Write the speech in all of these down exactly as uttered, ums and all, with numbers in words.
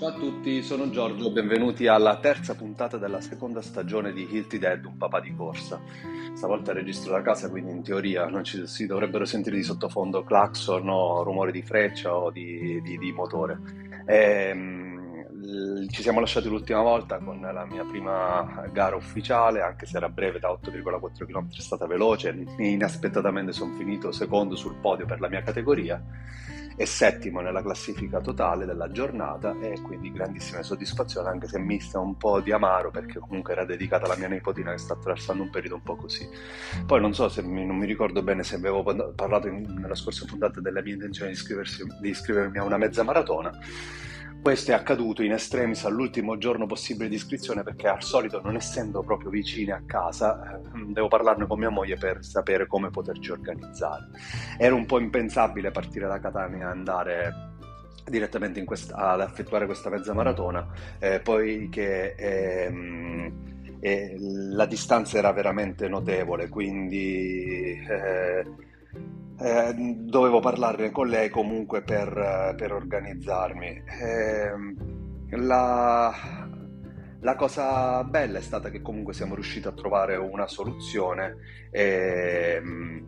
Ciao a tutti, sono Giorgio, benvenuti alla terza puntata della seconda stagione di Hilti Dead, un papà di corsa. Stavolta registro da casa, quindi in teoria non ci si dovrebbero sentire di sottofondo clacson o rumore di freccia o di, di- di motore. Ehm, l- ci siamo lasciati l'ultima volta con la mia prima gara ufficiale, anche se era breve, da otto virgola quattro km è stata veloce. Inaspettatamente sono finito secondo sul podio per la mia categoria e settimo nella classifica totale della giornata, e quindi grandissima soddisfazione, anche se mista un po' di amaro, perché comunque era dedicata alla mia nipotina che sta attraversando un periodo un po' così. Poi non so se mi, non mi ricordo bene se avevo parlato in- nella scorsa puntata della mia intenzione di, iscriversi- di iscrivermi a una mezza maratona. Questo è accaduto in estremis all'ultimo giorno possibile di iscrizione, perché al solito, non essendo proprio vicine a casa, eh, devo parlarne con mia moglie per sapere come poterci organizzare. Era un po' impensabile partire da Catania e andare direttamente in questa- ad effettuare questa mezza maratona, eh, poiché ehm, eh, la distanza era veramente notevole, quindi eh, eh, dovevo parlarne con lei comunque per, eh, per organizzarmi. Ehm, la, la cosa bella è stata che comunque siamo riusciti a trovare una soluzione. ehm,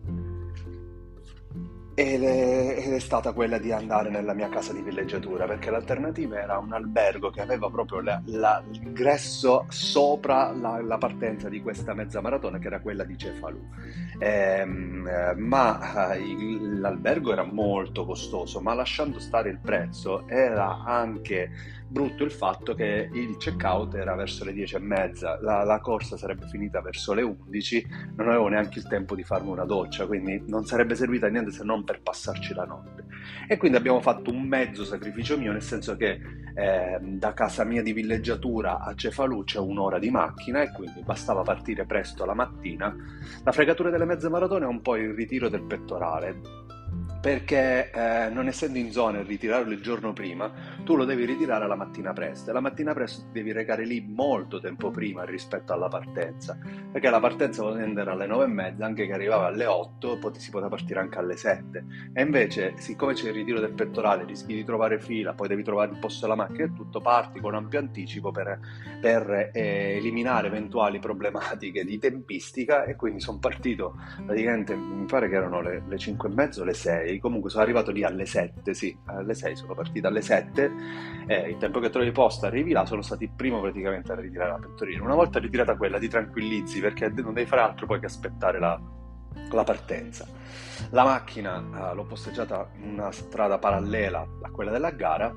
ed è, ed è stata quella di andare nella mia casa di villeggiatura, perché l'alternativa era un albergo che aveva proprio la- la- l'ingresso sopra la, la partenza di questa mezza maratona, che era quella di Cefalù. Ehm, eh, ma eh, il- l'albergo era molto costoso, ma lasciando stare il prezzo, era anche brutto il fatto che il check-out era verso le dieci e mezza, la, la corsa sarebbe finita verso le undici. Non avevo neanche il tempo di farmi una doccia, quindi non sarebbe servita a niente se non per passarci la notte. E quindi abbiamo fatto un mezzo sacrificio mio, nel senso che eh, da casa mia di villeggiatura a Cefalù c'è un'ora di macchina, e quindi bastava partire presto la mattina. La fregatura delle mezze maratone è un po' il ritiro del pettorale, perché eh, non essendo in zona e ritirarlo il giorno prima, tu lo devi ritirare la mattina presto, e la mattina presto ti devi recare lì molto tempo prima rispetto alla partenza, perché la partenza poteva andare alle nove e mezza, anche che arrivava alle otto, poi si poteva partire anche alle sette. E invece, siccome c'è il ritiro del pettorale, rischi di trovare fila, poi devi trovare il posto della macchina e tutto, parti con ampio anticipo per, per eh, eliminare eventuali problematiche di tempistica. E quindi sono partito praticamente, mi pare che erano le, le cinque e mezzo, le sei, comunque sono arrivato lì alle sette, sì, alle sei sono partito alle sette, e il tempo che trovi posta arrivi là, sono stato il primo praticamente a ritirare la pettorina. Una volta ritirata quella ti tranquillizzi, perché non devi fare altro poi che aspettare la, la partenza. La macchina eh, l'ho posteggiata in una strada parallela a quella della gara,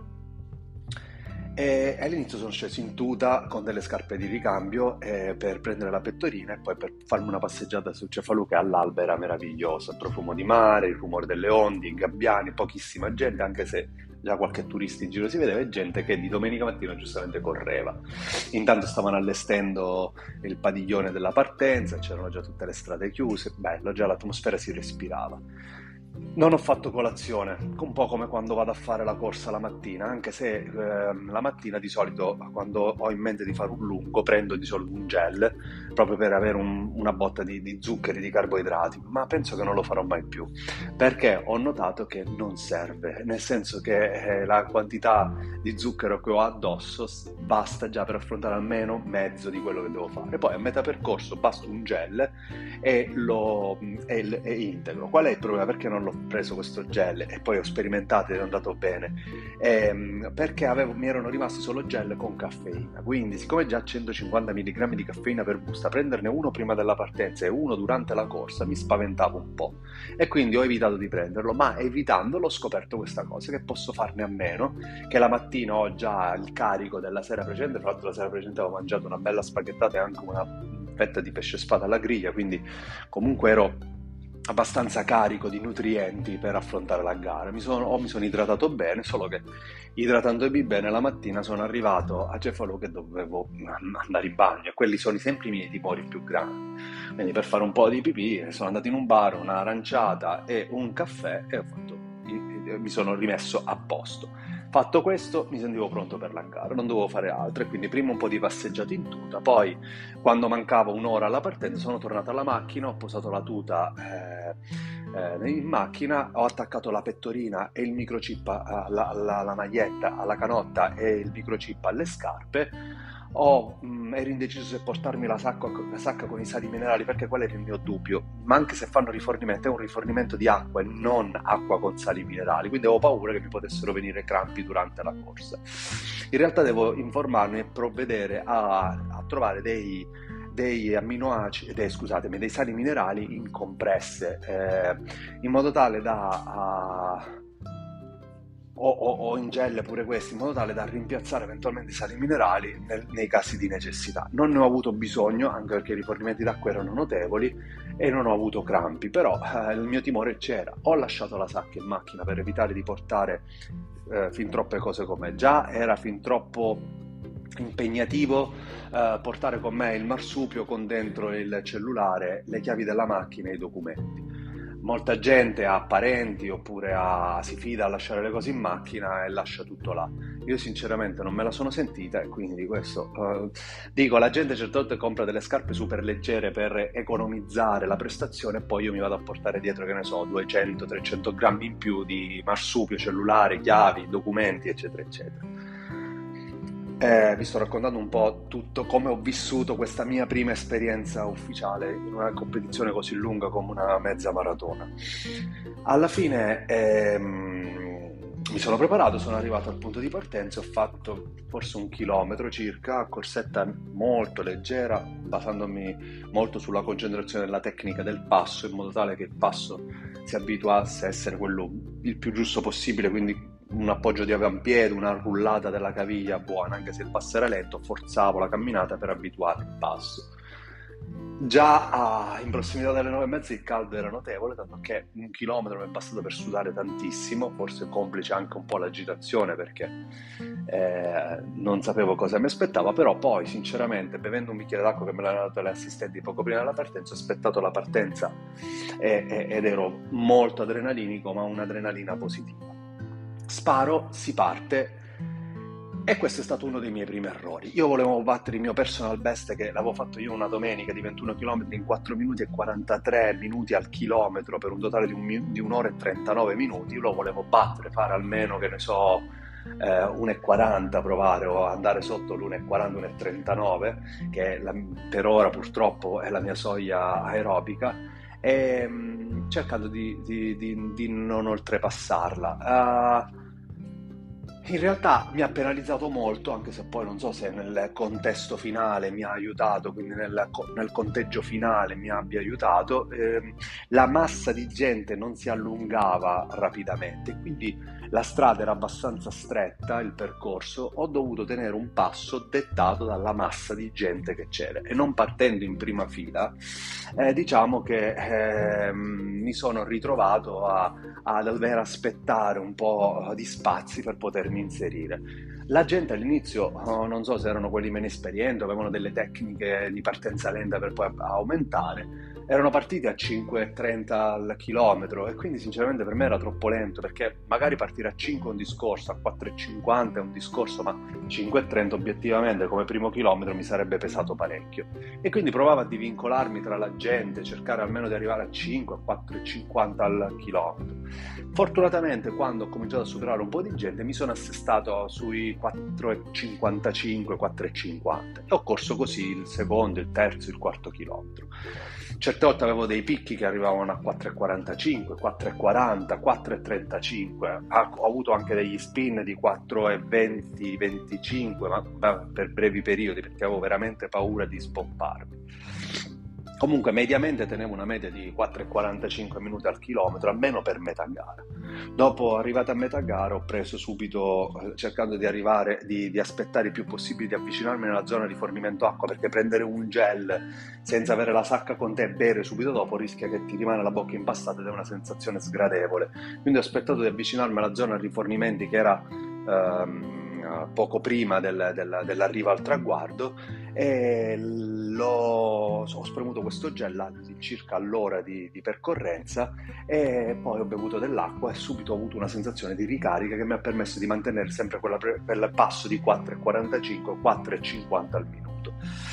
e all'inizio sono sceso in tuta con delle scarpe di ricambio, eh, per prendere la pettorina e poi per farmi una passeggiata sul Cefalù, che all'alba era meraviglioso, il profumo di mare, il rumore delle onde, i gabbiani, pochissima gente, anche se già qualche turista in giro si vedeva, e gente che di domenica mattina giustamente correva. Intanto stavano allestendo il padiglione della partenza, c'erano già tutte le strade chiuse, bello, già l'atmosfera si respirava. Non ho fatto colazione, un po' come quando vado a fare la corsa la mattina, anche se ehm, la mattina di solito, quando ho in mente di fare un lungo, prendo di solito un gel, proprio per avere un- una botta di, di zuccheri, di carboidrati, ma penso che non lo farò mai più, perché ho notato che non serve, nel senso che eh, la quantità di zucchero che ho addosso s- basta già per affrontare almeno mezzo di quello che devo fare. Poi a metà percorso basta un gel e lo e, il- e integro. Qual è il problema? Perché non l'ho preso questo gel e poi ho sperimentato ed è andato bene? Ehm, perché avevo- mi erano rimasti solo gel con caffeina, quindi siccome già centocinquanta milligrammi di caffeina per busta, prenderne uno prima della partenza e uno durante la corsa mi spaventava un po', e quindi ho evitato di prenderlo. Ma evitandolo ho scoperto questa cosa, che posso farne a meno, che la mattina ho già il carico della sera precedente. Tra l'altro la sera precedente avevo mangiato una bella spaghettata e anche una fetta di pesce spada alla griglia, quindi comunque ero abbastanza carico di nutrienti per affrontare la gara. Mi sono, o mi sono idratato bene, solo che idratandomi bene la mattina sono arrivato a Cefalù che dovevo andare in bagno, e quelli sono sempre i miei timori più grandi. Quindi per fare un po' di pipì sono andato in un bar, un'aranciata e un caffè, e ho fatto, mi sono rimesso a posto. Fatto questo, mi sentivo pronto per la gara, non dovevo fare altro e quindi prima un po' di passeggiate in tuta, poi quando mancava un'ora alla partenza sono tornato alla macchina, ho posato la tuta eh, eh, in macchina, ho attaccato la pettorina e il microchip alla, alla- alla maglietta, alla canotta e il microchip alle scarpe. Ho, mh, ero indeciso se portarmi la sacca, la sacca con i sali minerali perché quello era il mio dubbio, ma anche se fanno rifornimento è un rifornimento di acqua e non acqua con sali minerali, quindi avevo paura che mi potessero venire crampi durante la corsa. In realtà devo informarmi e provvedere a, a trovare dei, dei amminoacidi, dei, scusatemi, dei sali minerali in compresse, eh, in modo tale da a- o, o- o in gel pure questi, in modo tale da rimpiazzare eventualmente i sali minerali nel- nei casi di necessità. Non ne ho avuto bisogno, anche perché i rifornimenti d'acqua erano notevoli e non ho avuto crampi, però eh, il mio timore c'era. Ho lasciato la sacca in macchina per evitare di portare eh, fin troppe cose con me. Già era fin troppo impegnativo eh, portare con me il marsupio con dentro il cellulare, le chiavi della macchina e i documenti. Molta gente ha parenti oppure ha- si fida a lasciare le cose in macchina e lascia tutto là. Io sinceramente non me la sono sentita e quindi questo eh, dico, la gente certe volte compra delle scarpe super leggere per economizzare la prestazione e poi io mi vado a portare dietro, che ne so, duecento trecento grammi in più di marsupio, cellulare, chiavi, documenti, eccetera, eccetera. Eh, vi sto raccontando un po' tutto come ho vissuto questa mia prima esperienza ufficiale in una competizione così lunga come una mezza maratona. Alla fine ehm, mi sono preparato, sono arrivato al punto di partenza, ho fatto forse un chilometro circa, corsetta molto leggera, basandomi molto sulla concentrazione della tecnica del passo, in modo tale che il passo si abituasse a essere quello il più giusto possibile, quindi un appoggio di avampiede, una rullata della caviglia buona, anche se il passo era lento, forzavo la camminata per abituare il passo. Già a- in prossimità delle nove e mezza il caldo era notevole, tanto che un chilometro mi è bastato per sudare tantissimo, forse complice anche un po' l'agitazione perché eh, non sapevo cosa mi aspettava, però poi sinceramente bevendo un bicchiere d'acqua che me l'hanno dato le assistenti poco prima della partenza, ho aspettato la partenza e- e- ed ero molto adrenalinico, ma un'adrenalina positiva. Sparo, si parte e questo è stato uno dei miei primi errori. Io volevo battere il mio personal best che l'avevo fatto io una domenica di ventuno chilometri in quattro minuti e quarantatré minuti al chilometro per un totale di, un mi- di un'ora e trentanove minuti. Io lo volevo battere, fare almeno, che ne so, eh, uno e quaranta, provare o andare sotto l'uno e quaranta, uno e trentanove, che è la- per ora purtroppo è la mia soglia aerobica, e, mm, cercando di, di- di- di non oltrepassarla. Ah, in realtà mi ha penalizzato molto, anche se poi non so se nel contesto finale mi ha aiutato, quindi nel, co- nel conteggio finale mi abbia aiutato. Ehm, la massa di gente non si allungava rapidamente, quindi la strada era abbastanza stretta, il percorso, ho dovuto tenere un passo dettato dalla massa di gente che c'era e non partendo in prima fila, eh, diciamo che ehm, mi sono ritrovato a a dover aspettare un po' di spazi per potermi inserire. La gente all'inizio, oh, non so se erano quelli meno esperienti, avevano delle tecniche di partenza lenta per poi aumentare, erano partiti a cinque e trenta al chilometro e quindi sinceramente per me era troppo lento perché magari partire a cinque è un discorso, a quattro e cinquanta è un discorso, ma cinque e trenta obiettivamente come primo chilometro mi sarebbe pesato parecchio e quindi provavo a divincolarmi tra la gente, cercare almeno di arrivare a cinque, a quattro e cinquanta al chilometro. Fortunatamente, quando ho cominciato a superare un po' di gente, mi sono assestato sui quattro e cinquantacinque, quattro e cinquanta e ho corso così il secondo, il terzo, il quarto chilometro. Certe volte avevo dei picchi che arrivavano a quattro e quarantacinque, quattro e quaranta, quattro e trentacinque. Ah, ho avuto anche degli spin di quattro e venti, venticinque, ma ma per brevi periodi perché avevo veramente paura di spopparmi. Comunque mediamente tenevo una media di quattro e quarantacinque minuti al chilometro, almeno per metà gara. Dopo, arrivata a metà gara, ho preso subito, eh, cercando di arrivare, di, di aspettare il più possibile, di avvicinarmi nella zona di fornimento acqua, perché prendere un gel senza avere la sacca con te e bere subito dopo rischia che ti rimane la bocca impastata ed è una sensazione sgradevole. Quindi ho aspettato di avvicinarmi alla zona di rifornimenti che era ehm, ehm, poco prima del- del- dell'arrivo al traguardo e l'ho- ho spremuto questo gel là di circa all'ora di, di percorrenza e poi ho bevuto dell'acqua e subito ho avuto una sensazione di ricarica che mi ha permesso di mantenere sempre quella pre- quel passo di quattro e quarantacinque quattro e cinquanta al minuto.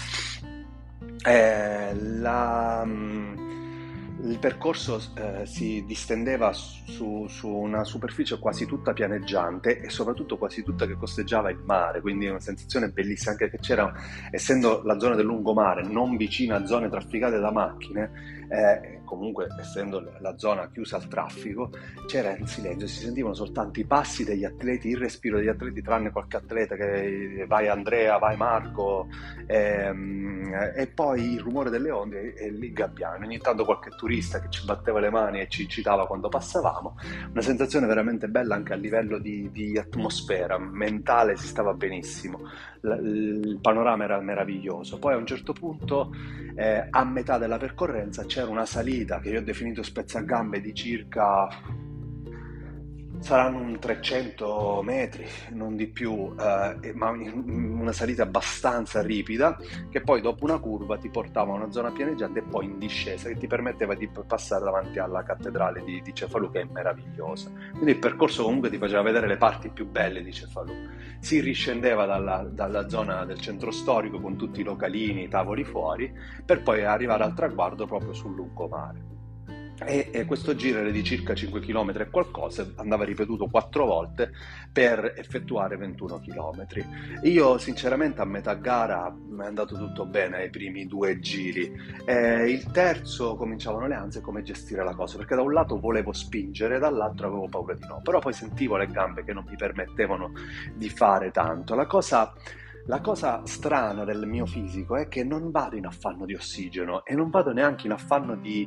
Eh, la, mm, il percorso eh, si distendeva su, su una superficie quasi tutta pianeggiante e soprattutto quasi tutta che costeggiava il mare, quindi una sensazione bellissima, anche che c'era, essendo la zona del lungomare non vicina a zone trafficate da macchine, eh, comunque essendo la zona chiusa al traffico, c'era il silenzio, si sentivano soltanto i passi degli atleti, il respiro degli atleti, tranne qualche atleta che vai Andrea, vai Marco, ehm, e poi il rumore delle onde e il gabbiano, ogni tanto qualche turista che ci batteva le mani e ci incitava quando passavamo, una sensazione veramente bella anche a livello di, di atmosfera mentale, si stava benissimo, L- il panorama era meraviglioso. Poi a un certo punto, eh, a metà della percorrenza, c'era una salita che io ho definito spezzagambe di circa, saranno un trecento metri, non di più, eh, ma una salita abbastanza ripida che poi dopo una curva ti portava a una zona pianeggiante e poi in discesa che ti permetteva di passare davanti alla cattedrale di, di Cefalù, che è meravigliosa. Quindi il percorso comunque ti faceva vedere le parti più belle di Cefalù. Si riscendeva dalla, dalla zona del centro storico con tutti i localini, i tavoli fuori, per poi arrivare al traguardo proprio sul lungomare. E, e questo giro era di circa cinque chilometri e qualcosa, andava ripetuto quattro volte per effettuare ventuno chilometri. Io sinceramente a metà gara mi è andato tutto bene ai primi due giri. Eh, il terzo cominciavano le ansie come gestire la cosa, perché da un lato volevo spingere, dall'altro avevo paura di no, però poi sentivo le gambe che non mi permettevano di fare tanto. La cosa la cosa strana del mio fisico è che non vado in affanno di ossigeno e non vado neanche in affanno di,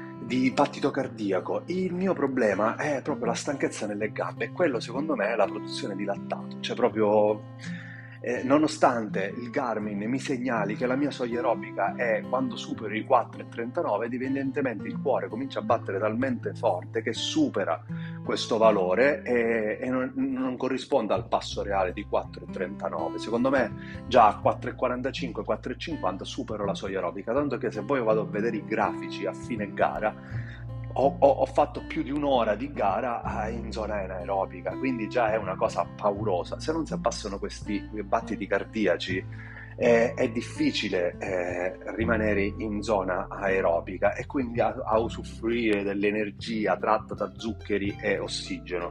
di battito cardiaco. Il mio problema è proprio la stanchezza nelle gambe e quello secondo me è la produzione di lattato. Cioè proprio, eh, nonostante il Garmin mi segnali che la mia soglia aerobica è quando supero i quattro e trentanove, evidentemente il cuore comincia a battere talmente forte che supera questo valore e, e non, non corrisponde al passo reale di quattro e trentanove. Secondo me già a quattro e quarantacinque, quattro e cinquanta supero la soglia aerobica, tanto che se poi vado a vedere i grafici a fine gara ho, ho- ho fatto più di un'ora di gara eh, in zona anaerobica, quindi già è una cosa paurosa. Se non si abbassano questi battiti cardiaci eh, è difficile eh, rimanere in zona aerobica e quindi a, a usufruire dell'energia tratta da zuccheri e ossigeno.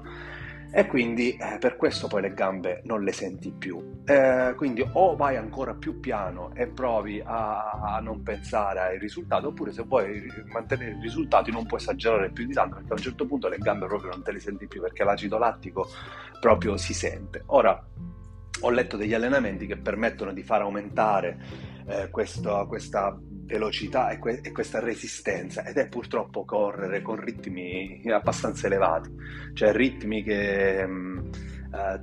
E quindi eh, per questo poi le gambe non le senti più. Eh, quindi o vai ancora più piano e provi a, a non pensare ai risultati, oppure se vuoi mantenere i risultati non puoi esagerare più di tanto, perché a un certo punto le gambe proprio non te le senti più, perché l'acido lattico proprio si sente. Ora, ho letto degli allenamenti che permettono di far aumentare eh, questo- questa velocità e, que- e questa resistenza, ed è purtroppo correre con ritmi abbastanza elevati, cioè ritmi che mh, eh,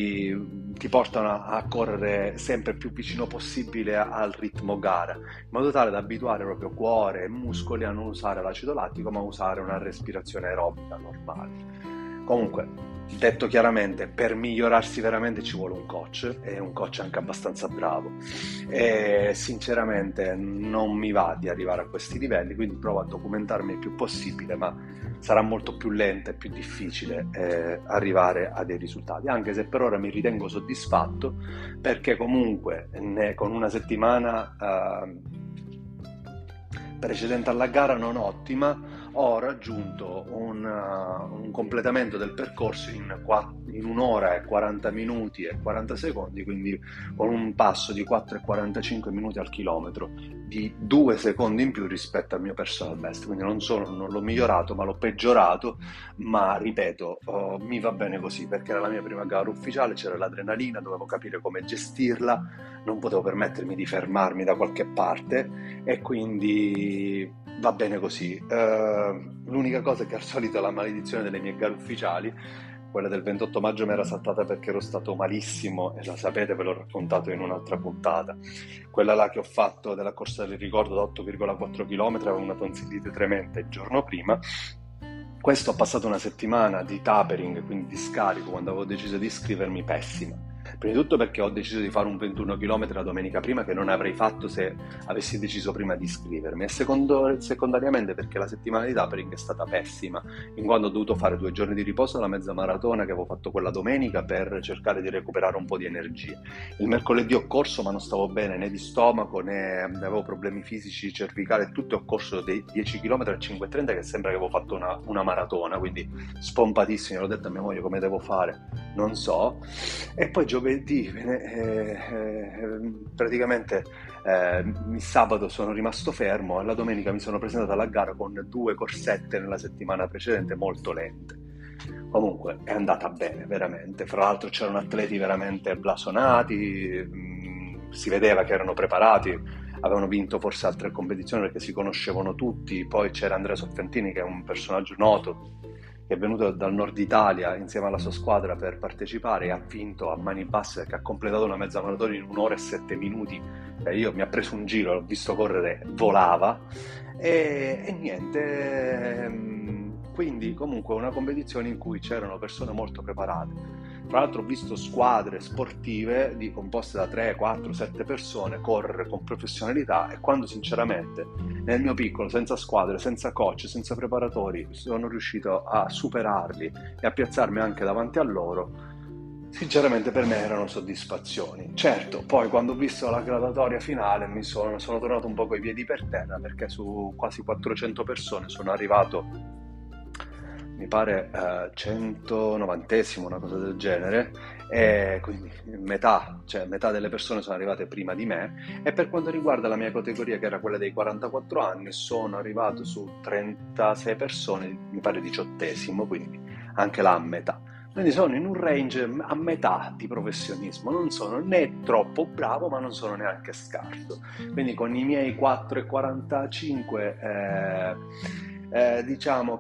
ti, ti portano a, a correre sempre più vicino possibile a- al ritmo gara, in modo tale da abituare proprio cuore e muscoli a non usare l'acido lattico, ma a usare una respirazione aerobica normale. Comunque, detto chiaramente, per migliorarsi veramente ci vuole un coach, e un coach anche abbastanza bravo. E sinceramente non mi va di arrivare a questi livelli, quindi provo a documentarmi il più possibile, ma sarà molto più lento e più difficile eh, arrivare a dei risultati, anche se per ora mi ritengo soddisfatto, perché comunque ne- con una settimana eh, precedente alla gara non ottima, ho raggiunto un, uh, un completamento del percorso in, qua- in un'ora e quaranta minuti e quaranta secondi, quindi con un passo di quattro e quarantacinque minuti al chilometro, di due secondi in più rispetto al mio personal best. Quindi non solo non l'ho migliorato, ma l'ho peggiorato, ma ripeto, oh, mi va bene così, perché era la mia prima gara ufficiale, c'era l'adrenalina, dovevo capire come gestirla, non potevo permettermi di fermarmi da qualche parte e quindi va bene così. Eh, l'unica cosa è che al solito la maledizione delle mie gare ufficiali, quella del ventotto maggio mi era saltata perché ero stato malissimo e la sapete, ve l'ho raccontato in un'altra puntata. Quella là che ho fatto della corsa del ricordo da otto virgola quattro chilometri, avevo una tonsillite tremenda il giorno prima. Questo ho passato una settimana di tapering, quindi di scarico, quando avevo deciso di iscrivermi, pessima. Prima di tutto perché ho deciso di fare un ventuno chilometri la domenica prima, che non avrei fatto se avessi deciso prima di iscrivermi, e secondo, secondariamente perché la settimana di tapering è stata pessima, in quanto ho dovuto fare due giorni di riposo alla mezza maratona che avevo fatto quella domenica per cercare di recuperare un po' di energie. Il mercoledì ho corso, ma non stavo bene né di stomaco né avevo problemi fisici cervicali e tutto, ho corso dei dieci chilometri a cinque e trenta che sembra che avevo fatto una, una maratona, quindi spompatissimo. L'ho detto a mia moglie come devo fare, non so. E poi giovedì eh, eh, praticamente eh, il sabato sono rimasto fermo e la domenica mi sono presentato alla gara con due corsette nella settimana precedente molto lente. Comunque è andata bene, veramente. Fra l'altro c'erano atleti veramente blasonati, mh, si vedeva che erano preparati, avevano vinto forse altre competizioni perché si conoscevano tutti. Poi c'era Andrea Soffentini, che è un personaggio noto, che è venuto dal nord Italia insieme alla sua squadra per partecipare e ha vinto a mani basse, che ha completato una mezza maratona in un'ora e sette minuti. Eh, io mi ha preso un giro, l'ho visto correre, volava e, e niente. ehm, Quindi comunque una competizione in cui c'erano persone molto preparate. Tra l'altro ho visto squadre sportive di, composte da tre, quattro, sette persone correre con professionalità, e quando sinceramente nel mio piccolo, senza squadre, senza coach, senza preparatori, sono riuscito a superarli e a piazzarmi anche davanti a loro, sinceramente per me erano soddisfazioni. Certo, poi quando ho visto la graduatoria finale mi sono, sono tornato un po' coi piedi per terra, perché su quasi quattrocento persone sono arrivato, mi pare eh, centonovantesimo, una cosa del genere, e quindi metà, cioè metà delle persone sono arrivate prima di me. E per quanto riguarda la mia categoria, che era quella dei quarantaquattro anni, sono arrivato su trentasei persone, mi pare diciottesimo, quindi anche là a metà. Quindi sono in un range a metà di professionismo, non sono né troppo bravo ma non sono neanche scarso. Quindi con i miei quattro e quarantacinque eh, eh, diciamo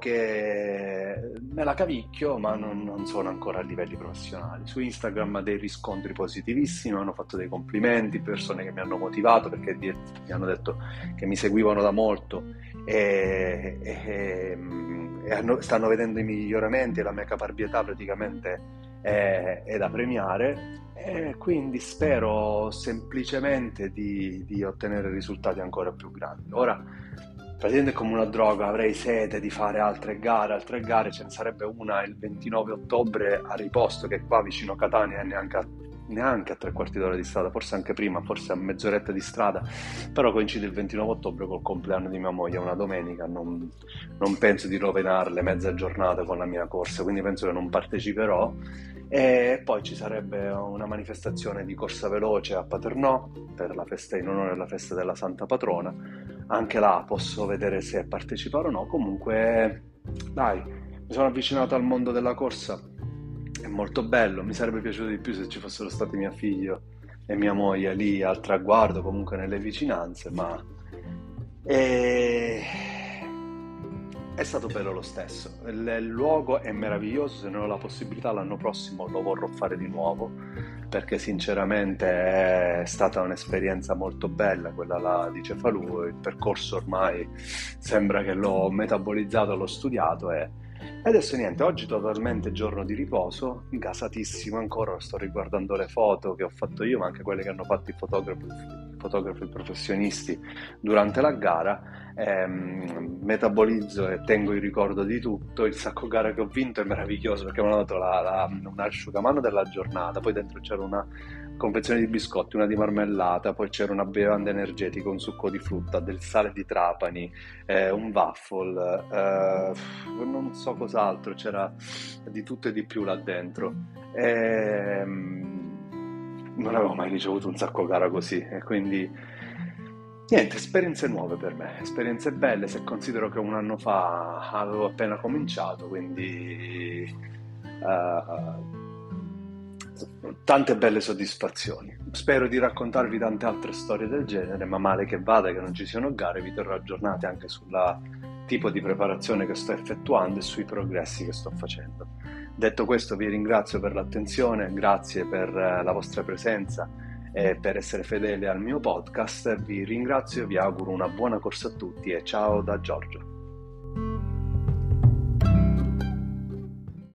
che me la cavicchio, ma non, non sono ancora a livelli professionali. Su Instagram dei riscontri positivissimi, hanno fatto dei complimenti, persone che mi hanno motivato perché di- mi hanno detto che mi seguivano da molto e, e- e hanno- stanno vedendo i miglioramenti, e la mia caparbietà praticamente è, è da premiare. E quindi spero semplicemente di, di ottenere risultati ancora più grandi. Ora, praticamente è come una droga, avrei sete di fare altre gare, altre gare, ce ne sarebbe una il ventinove ottobre a Riposto, che è qua vicino a Catania, e neanche a, neanche a tre quarti d'ora di strada, forse anche prima, forse a mezz'oretta di strada, però coincide il ventinove ottobre col compleanno di mia moglie, una domenica, non, non penso di rovinarle mezza giornata con la mia corsa, quindi penso che non parteciperò. E poi ci sarebbe una manifestazione di corsa veloce a Paternò per la festa, in onore della festa della Santa Patrona. Anche là posso vedere se partecipare o no. Comunque dai, mi sono avvicinato al mondo della corsa, è molto bello. Mi sarebbe piaciuto di più se ci fossero stati mio figlio e mia moglie lì al traguardo, comunque nelle vicinanze, ma e... è stato bello lo stesso. Il il luogo è meraviglioso, se ne ho la possibilità l'anno prossimo lo vorrò fare di nuovo, perché sinceramente è stata un'esperienza molto bella quella là di Cefalù. Il percorso ormai sembra che l'ho metabolizzato, l'ho studiato, e e adesso niente, oggi totalmente giorno di riposo, gasatissimo ancora, sto riguardando le foto che ho fatto io, ma anche quelle che hanno fatto i fotografi, i fotografi professionisti durante la gara. Ehm, metabolizzo e tengo il ricordo di tutto. Il sacco gara che ho vinto è meraviglioso perché mi hanno dato la, la, un asciugamano della giornata, poi dentro c'era una confezione di biscotti, una di marmellata, poi c'era una bevanda energetica, un succo di frutta, del sale di Trapani, eh, un waffle, eh, non so cos'altro, c'era di tutto e di più là dentro. Ehm, non avevo mai ricevuto un sacco gara così, e quindi niente, esperienze nuove per me, esperienze belle, se considero che un anno fa avevo appena cominciato, quindi eh, tante belle soddisfazioni. Spero di raccontarvi tante altre storie del genere, ma male che vada che non ci siano gare, vi terrò aggiornati anche sul tipo di preparazione che sto effettuando e sui progressi che sto facendo. Detto questo, vi ringrazio per l'attenzione, grazie per eh, la vostra presenza e per essere fedeli al mio podcast. Vi ringrazio, vi auguro una buona corsa a tutti e ciao da Giorgio.